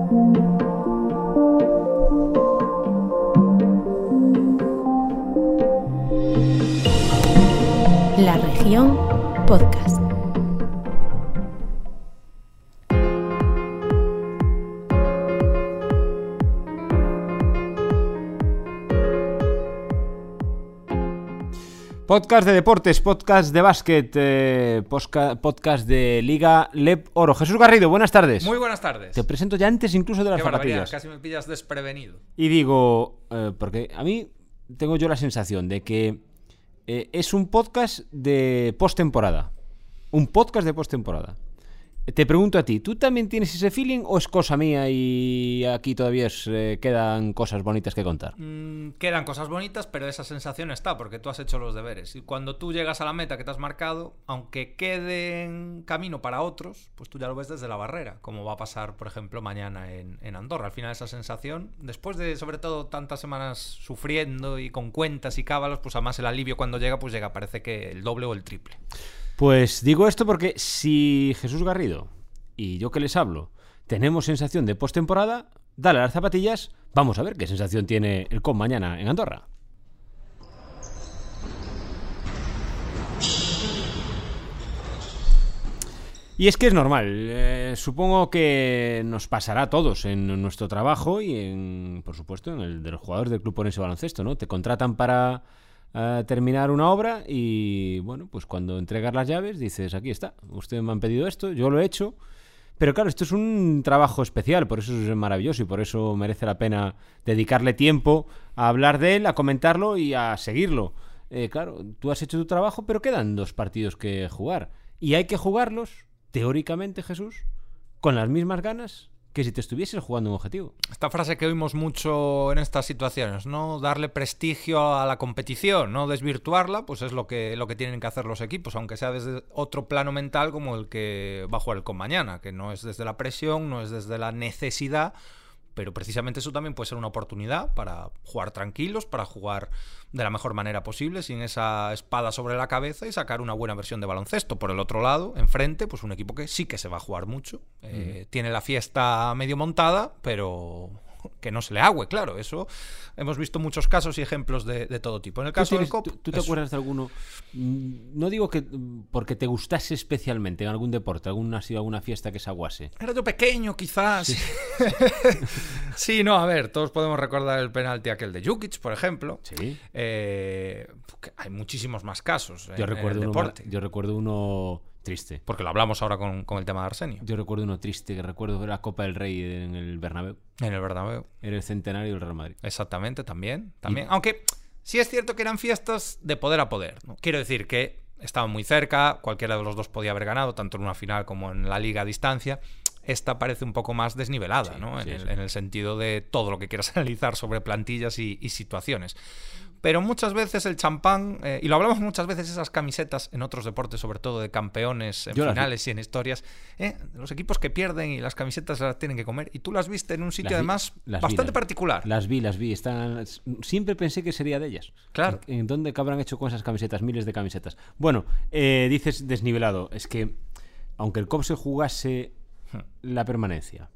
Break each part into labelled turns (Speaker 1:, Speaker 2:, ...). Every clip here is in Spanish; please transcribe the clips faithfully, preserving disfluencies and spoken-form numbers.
Speaker 1: La Región Podcast.
Speaker 2: Podcast de deportes, podcast de básquet, eh, posca, podcast de Liga Lep Oro. Jesús Garrido, buenas tardes.
Speaker 3: Muy buenas tardes.
Speaker 2: Te presento ya antes incluso de las
Speaker 3: Qué
Speaker 2: zapatillas.
Speaker 3: Casi me pillas desprevenido.
Speaker 2: Y digo, eh, porque a mí tengo yo la sensación de que eh, es un podcast de postemporada. Un podcast de postemporada. Te pregunto a ti, ¿tú también tienes ese feeling o es cosa mía y aquí todavía es, eh, quedan cosas bonitas que contar?
Speaker 3: Mm, quedan cosas bonitas, pero esa sensación está porque tú has hecho los deberes. Y cuando tú llegas a la meta que te has marcado, aunque quede en camino para otros, pues tú ya lo ves desde la barrera, como va a pasar, por ejemplo, mañana en, en Andorra. Al final esa sensación, después de sobre todo tantas semanas sufriendo y con cuentas y cábalos, pues además el alivio cuando llega, pues llega, parece que el doble o el triple.
Speaker 2: Pues digo esto porque si Jesús Garrido y yo que les hablo tenemos sensación de postemporada, dale a las zapatillas, vamos a ver qué sensación tiene el C O M mañana en Andorra. Y es que es normal, eh, supongo que nos pasará a todos en nuestro trabajo y en, por supuesto, en el de los jugadores del Club Orense Baloncesto, ¿no? Te contratan para a terminar una obra y bueno, pues cuando entregas las llaves dices, aquí está, ustedes me han pedido esto, yo lo he hecho, pero claro, esto es un trabajo especial, por eso es maravilloso y por eso merece la pena dedicarle tiempo a hablar de él, a comentarlo y a seguirlo. Eh, claro, tú has hecho tu trabajo, pero quedan dos partidos que jugar y hay que jugarlos, teóricamente, Jesús, con las mismas ganas que si te estuvieses jugando un objetivo.
Speaker 3: Esta frase que oímos mucho en estas situaciones, ¿no? Darle prestigio a la competición, no desvirtuarla, pues es lo que, lo que tienen que hacer los equipos, aunque sea desde otro plano mental como el que va a jugar el C O M mañana, que no es desde la presión, no es desde la necesidad, pero precisamente eso también puede ser una oportunidad para jugar tranquilos, para jugar de la mejor manera posible, sin esa espada sobre la cabeza y sacar una buena versión de baloncesto. Por el otro lado, enfrente, pues un equipo que sí que se va a jugar mucho. Eh, mm. Tiene la fiesta medio montada, pero que no se le agüe, claro. Eso hemos visto muchos casos y ejemplos de, de todo tipo. En el caso del C O P...
Speaker 2: ¿Tú, tú te acuerdas de alguno? No digo que porque te gustase especialmente en algún deporte, alguna, alguna fiesta que se aguase.
Speaker 3: Era yo pequeño, quizás. Sí. Sí, no, a ver, todos podemos recordar el penalti aquel de Jukic, por ejemplo.
Speaker 2: Sí.
Speaker 3: Eh, hay muchísimos más casos
Speaker 2: yo
Speaker 3: en,
Speaker 2: recuerdo
Speaker 3: en el
Speaker 2: uno,
Speaker 3: deporte.
Speaker 2: Yo recuerdo uno triste.
Speaker 3: Porque lo hablamos ahora con, con el tema de Arsenio.
Speaker 2: Yo recuerdo uno triste, que recuerdo la Copa del Rey en el Bernabéu.
Speaker 3: En el Bernabéu.
Speaker 2: Era el centenario del Real Madrid.
Speaker 3: Exactamente, también. también.
Speaker 2: Y...
Speaker 3: Aunque sí es cierto que eran fiestas de poder a poder, ¿no? Quiero decir que estaban muy cerca, cualquiera de los dos podía haber ganado, tanto en una final como en la liga a distancia. Esta parece un poco más desnivelada, sí, ¿no? En, sí, el, sí. en el sentido de todo lo que quieras analizar sobre plantillas y, y situaciones. Pero muchas veces el champán, eh, y lo hablamos muchas veces, esas camisetas en otros deportes, sobre todo de campeones en Yo finales y en historias, eh, los equipos que pierden y las camisetas las tienen que comer, y tú las viste en un sitio
Speaker 2: las vi,
Speaker 3: además
Speaker 2: las
Speaker 3: bastante
Speaker 2: vi, las,
Speaker 3: particular.
Speaker 2: Las vi, las vi. Están... Siempre pensé que sería de ellas.
Speaker 3: Claro.
Speaker 2: ¿En, en dónde habrán hecho con esas camisetas? Miles de camisetas. Bueno, eh, dices desnivelado. Es que, aunque el C O P se jugase la permanencia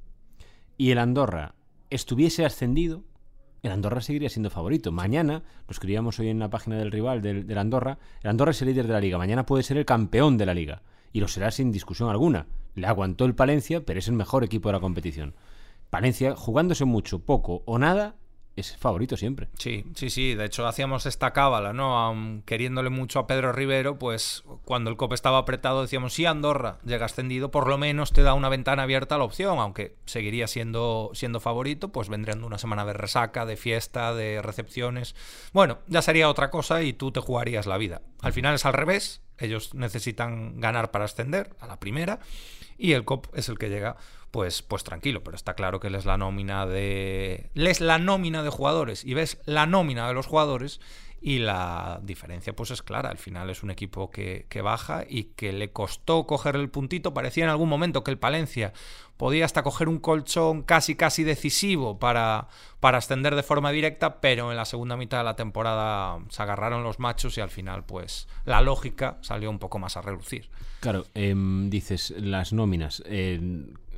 Speaker 2: y el Andorra estuviese ascendido, el Andorra seguiría siendo favorito. Mañana, lo escribíamos hoy en la página del rival del, del Andorra, el Andorra es el líder de la liga, mañana puede ser el campeón de la liga y lo será sin discusión alguna. Le aguantó el Palencia, pero es el mejor equipo de la competición. Palencia, jugándose mucho, poco o nada, es favorito siempre.
Speaker 3: Sí, sí, sí. De hecho, hacíamos esta cábala, ¿no? Um, queriéndole mucho a Pedro Rivero, pues cuando el C O P estaba apretado decíamos, si Andorra llega ascendido, por lo menos te da una ventana abierta a la opción, aunque seguiría siendo, siendo favorito, pues vendrían una semana de resaca, de fiesta, de recepciones. Bueno, ya sería otra cosa y tú te jugarías la vida. Al final es al revés. Ellos necesitan ganar para ascender a la primera y el C O P es el que llega pues, pues tranquilo, pero está claro que lees la nómina de lees la nómina de jugadores y ves la nómina de los jugadores y la diferencia pues es clara. Al final es un equipo que, que baja y que le costó coger el puntito. Parecía en algún momento que el Palencia podía hasta coger un colchón casi casi decisivo para, para ascender de forma directa, pero en la segunda mitad de la temporada se agarraron los machos y al final pues la lógica salió un poco más a relucir.
Speaker 2: Claro, eh, dices las nóminas. Eh,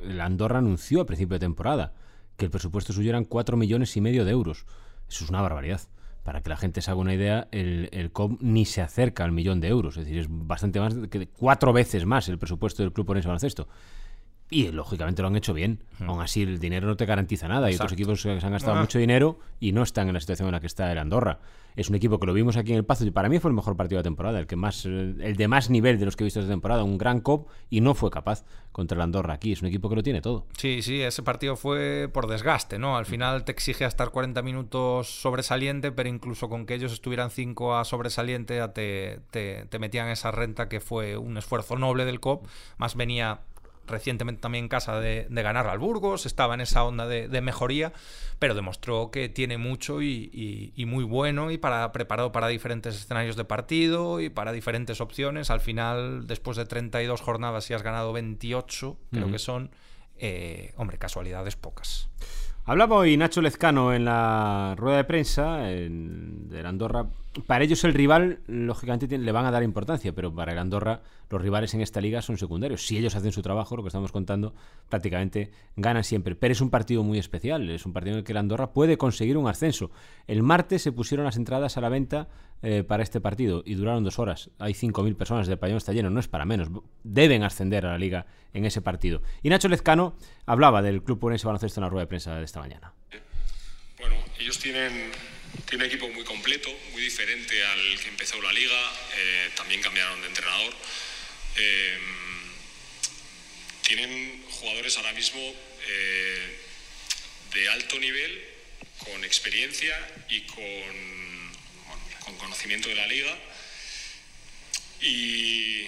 Speaker 2: la Andorra anunció a principio de temporada que el presupuesto suyo eran cuatro millones y medio de euros. Eso es una barbaridad. Para que la gente se haga una idea, el, el C O P ni se acerca al millón de euros. Es decir, es bastante más, que cuatro veces más el presupuesto del Club Orense Baloncesto. Y lógicamente lo han hecho bien. Uh-huh. Aún así, el dinero no te garantiza nada. Hay otros equipos que se han gastado uh-huh. mucho dinero y no están en la situación en la que está el Andorra. Es un equipo que lo vimos aquí en el Pazo y para mí fue el mejor partido de la temporada, el que más, el de más nivel de los que he visto esta temporada, un gran C O P, y no fue capaz contra el Andorra aquí. Es un equipo que lo tiene todo.
Speaker 3: Sí, sí, ese partido fue por desgaste, ¿no? Al final te exige estar cuarenta minutos sobresaliente, pero incluso con que ellos estuvieran cinco a sobresaliente ya te, te, te metían esa renta, que fue un esfuerzo noble del C O P. Más venía recientemente también en casa de, de ganar al Burgos, estaba en esa onda de, de mejoría, pero demostró que tiene mucho y, y, y muy bueno y para preparado para diferentes escenarios de partido y para diferentes opciones. Al final, después de treinta y dos jornadas, si has ganado veintiocho, creo uh-huh. que son, eh, hombre, casualidades pocas.
Speaker 2: Hablaba hoy Nacho Lezcano en la rueda de prensa en, de Andorra. Para ellos el rival, lógicamente, tiene, le van a dar importancia, pero para el Andorra los rivales en esta liga son secundarios. Si ellos hacen su trabajo, lo que estamos contando, prácticamente ganan siempre. Pero es un partido muy especial, es un partido en el que el Andorra puede conseguir un ascenso. El martes se pusieron las entradas a la venta eh, para este partido y duraron dos horas. Hay cinco mil personas, el pabellón está lleno, no es para menos. Deben ascender a la liga en ese partido. Y Nacho Lezcano hablaba del Club Orense Baloncesto en la rueda de prensa de esta mañana.
Speaker 4: Bueno, ellos tienen... Tiene un equipo muy completo, muy diferente al que empezó la liga. Eh, también cambiaron de entrenador. Eh, tienen jugadores ahora mismo eh, de alto nivel, con experiencia y con, bueno, con conocimiento de la liga. Y,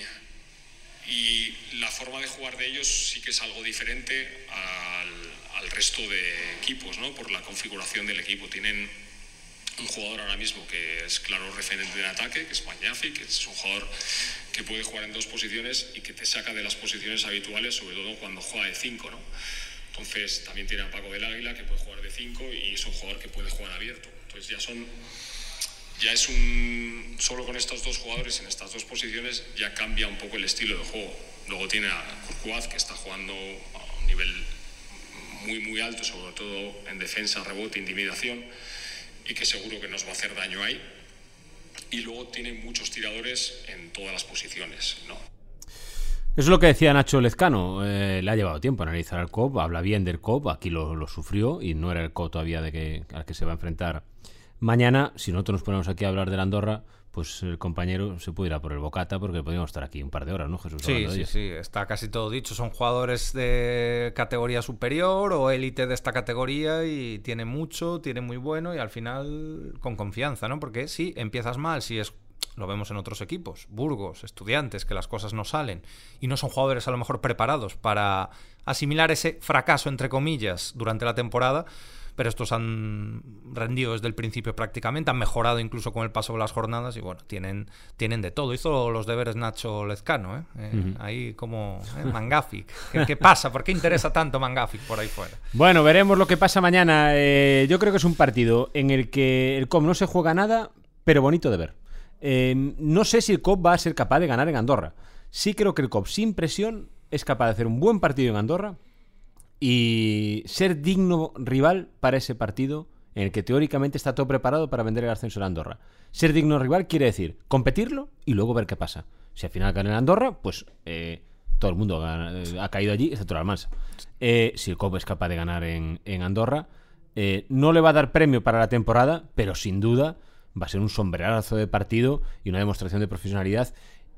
Speaker 4: y la forma de jugar de ellos sí que es algo diferente al, al resto de equipos, ¿no? Por la configuración del equipo. Tienen un jugador ahora mismo que es claro referente de ataque, que es Magnafi, que es un jugador que puede jugar en dos posiciones y que te saca de las posiciones habituales, sobre todo cuando juega de cinco, ¿no? Entonces también tiene a Paco del Águila, que puede jugar de cinco y es un jugador que puede jugar abierto. Entonces ya son ya es un solo con estos dos jugadores en estas dos posiciones ya cambia un poco el estilo de juego. Luego tiene a Courcuaz, que está jugando a un nivel muy muy alto, sobre todo en defensa, rebote, intimidación, y que seguro que nos va a hacer daño ahí. Y luego tiene muchos tiradores en todas las posiciones, ¿no?
Speaker 2: Eso es lo que decía Nacho Lezcano. Eh, le ha llevado tiempo analizar al C O P, habla bien del C O P, aquí lo, lo sufrió y no era el C O P todavía de que, al que se va a enfrentar mañana. Si nosotros nos ponemos aquí a hablar de la Andorra, pues el compañero se puede ir a por el bocata, porque podríamos estar aquí un par de horas, ¿no, Jesús?
Speaker 3: Sí, sí, sí, está casi todo dicho. Son jugadores de categoría superior o élite de esta categoría y tiene mucho, tiene muy bueno y al final con confianza, ¿no? Porque sí, empiezas mal, si es, lo vemos en otros equipos, Burgos, Estudiantes, que las cosas no salen y no son jugadores a lo mejor preparados para asimilar ese fracaso, entre comillas, durante la temporada. Pero estos han rendido desde el principio prácticamente, han mejorado incluso con el paso de las jornadas y bueno, tienen, tienen de todo. Hizo los deberes Nacho Lezcano, ¿eh? Eh, uh-huh. Ahí como ¿eh? Mangafic. ¿Qué, ¿Qué pasa? ¿Por qué interesa tanto Mangafic por ahí fuera?
Speaker 2: Bueno, veremos lo que pasa mañana. Eh, yo creo que es un partido en el que el C O P no se juega nada, pero bonito de ver. Eh, no sé si el C O P va a ser capaz de ganar en Andorra. Sí creo que el C O P sin presión es capaz de hacer un buen partido en Andorra y ser digno rival para ese partido en el que teóricamente está todo preparado para vender el ascenso de Andorra. Ser digno rival quiere decir competirlo y luego ver qué pasa. Si al final gana en Andorra, pues eh, todo el mundo ha, ha caído allí, excepto el Almansa. Eh, si el C O P es capaz de ganar en, en Andorra, eh, no le va a dar premio para la temporada, pero sin duda va a ser un sombrerazo de partido y una demostración de profesionalidad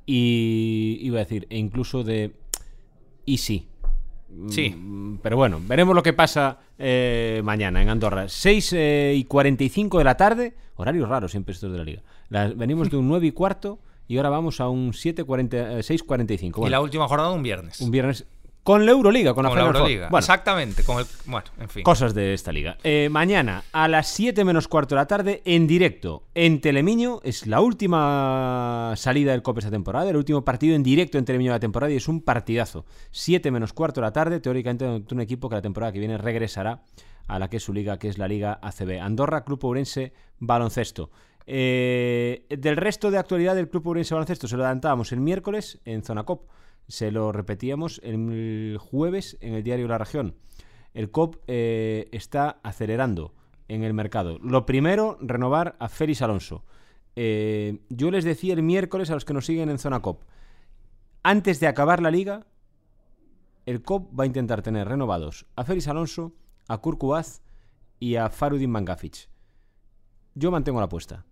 Speaker 2: y iba a decir, e incluso de y sí.
Speaker 3: Sí.
Speaker 2: Pero bueno, veremos lo que pasa eh, mañana en Andorra. seis y cuarenta y cinco de la tarde, horario raro siempre estos de la liga. La, venimos de un nueve y cuarto y ahora vamos a un siete cuarenta, seis cuarenta y cinco. Bueno,
Speaker 3: y la última jornada un viernes.
Speaker 2: Un viernes con la Euroliga, con la,
Speaker 3: con la Euroliga. Bueno, exactamente. Con el, bueno, en fin.
Speaker 2: Cosas de esta liga. Eh, mañana a las siete menos cuarto de la tarde, en directo, en Telemiño. Es la última salida del C O P esta temporada, el último partido en directo en Telemiño de la temporada y es un partidazo. siete menos cuarto de la tarde, teóricamente un equipo que la temporada que viene regresará a la que es su liga, que es la Liga A C B. Andorra, Club Ourense Baloncesto. Eh, del resto de actualidad del Club Ourense Baloncesto se lo adelantábamos el miércoles en Zona C O P. se lo repetíamos el jueves en el diario La Región. El C O P eh, está acelerando en el mercado. Lo primero, renovar a Félix Alonso. Eh, yo les decía el miércoles a los que nos siguen en Zona C O P, antes de acabar la liga, el C O P va a intentar tener renovados a Félix Alonso, a Kurkuaz y a Farudin Mangafic. Yo mantengo la apuesta.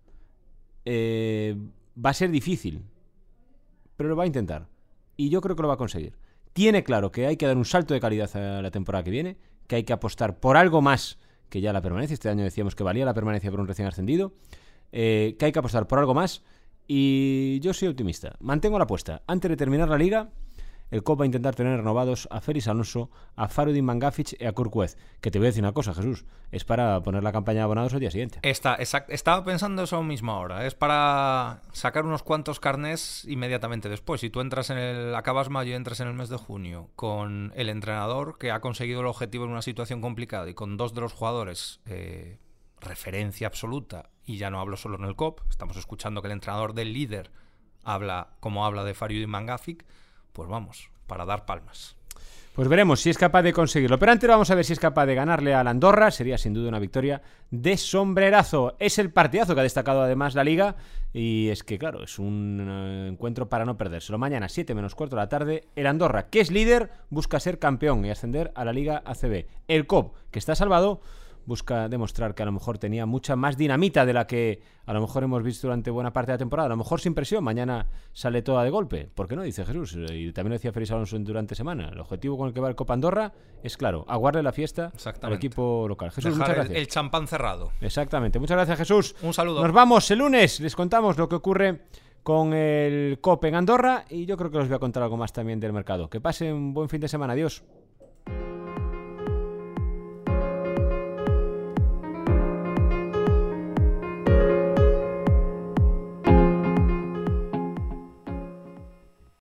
Speaker 2: Eh, va a ser difícil, pero lo va a intentar. Y yo creo que lo va a conseguir. Tiene claro que hay que dar un salto de calidad a la temporada que viene, que hay que apostar por algo más que ya la permanencia. Este año decíamos que valía la permanencia por un recién ascendido. Eh, que hay que apostar por algo más. Y yo soy optimista. Mantengo la apuesta. Antes de terminar la liga, el C O P va a intentar tener renovados a Félix Alonso, a Farudin Mangafic y a Kurkuez. Que te voy a decir una cosa, Jesús. Es para poner la campaña de abonados al día siguiente.
Speaker 3: Está, exact, estaba pensando eso mismo ahora. Es para sacar unos cuantos carnés inmediatamente después. Si tú entras en el... acabas mayo y entras en el mes de junio con el entrenador que ha conseguido el objetivo en una situación complicada y con dos de los jugadores... Eh, referencia absoluta, y ya no hablo solo en el C O P, estamos escuchando que el entrenador del líder habla como habla de Farudin Mangafic, pues vamos, para dar palmas.
Speaker 2: Pues veremos si es capaz de conseguirlo, pero antes vamos a ver si es capaz de ganarle al Andorra. Sería sin duda una victoria de sombrerazo. Es el partidazo que ha destacado además la Liga, y es que claro, es un uh, encuentro para no perdérselo. Mañana siete menos cuarto de la tarde, el Andorra, que es líder, busca ser campeón y ascender a la Liga A C B. El C O P, que está salvado, busca demostrar que a lo mejor tenía mucha más dinamita de la que a lo mejor hemos visto durante buena parte de la temporada. A lo mejor sin presión, mañana sale toda de golpe. ¿Por qué no? Dice Jesús. Y también lo decía Félix Alonso durante semana. El objetivo con el que va el Copa Andorra es claro, aguarle la fiesta al equipo local. Jesús,
Speaker 3: dejar
Speaker 2: muchas gracias.
Speaker 3: El, el champán cerrado.
Speaker 2: Exactamente. Muchas gracias, Jesús.
Speaker 3: Un saludo.
Speaker 2: Nos vamos el lunes. Les contamos lo que ocurre con el C O P en Andorra y yo creo que os voy a contar algo más también del mercado. Que pasen un buen fin de semana. Adiós.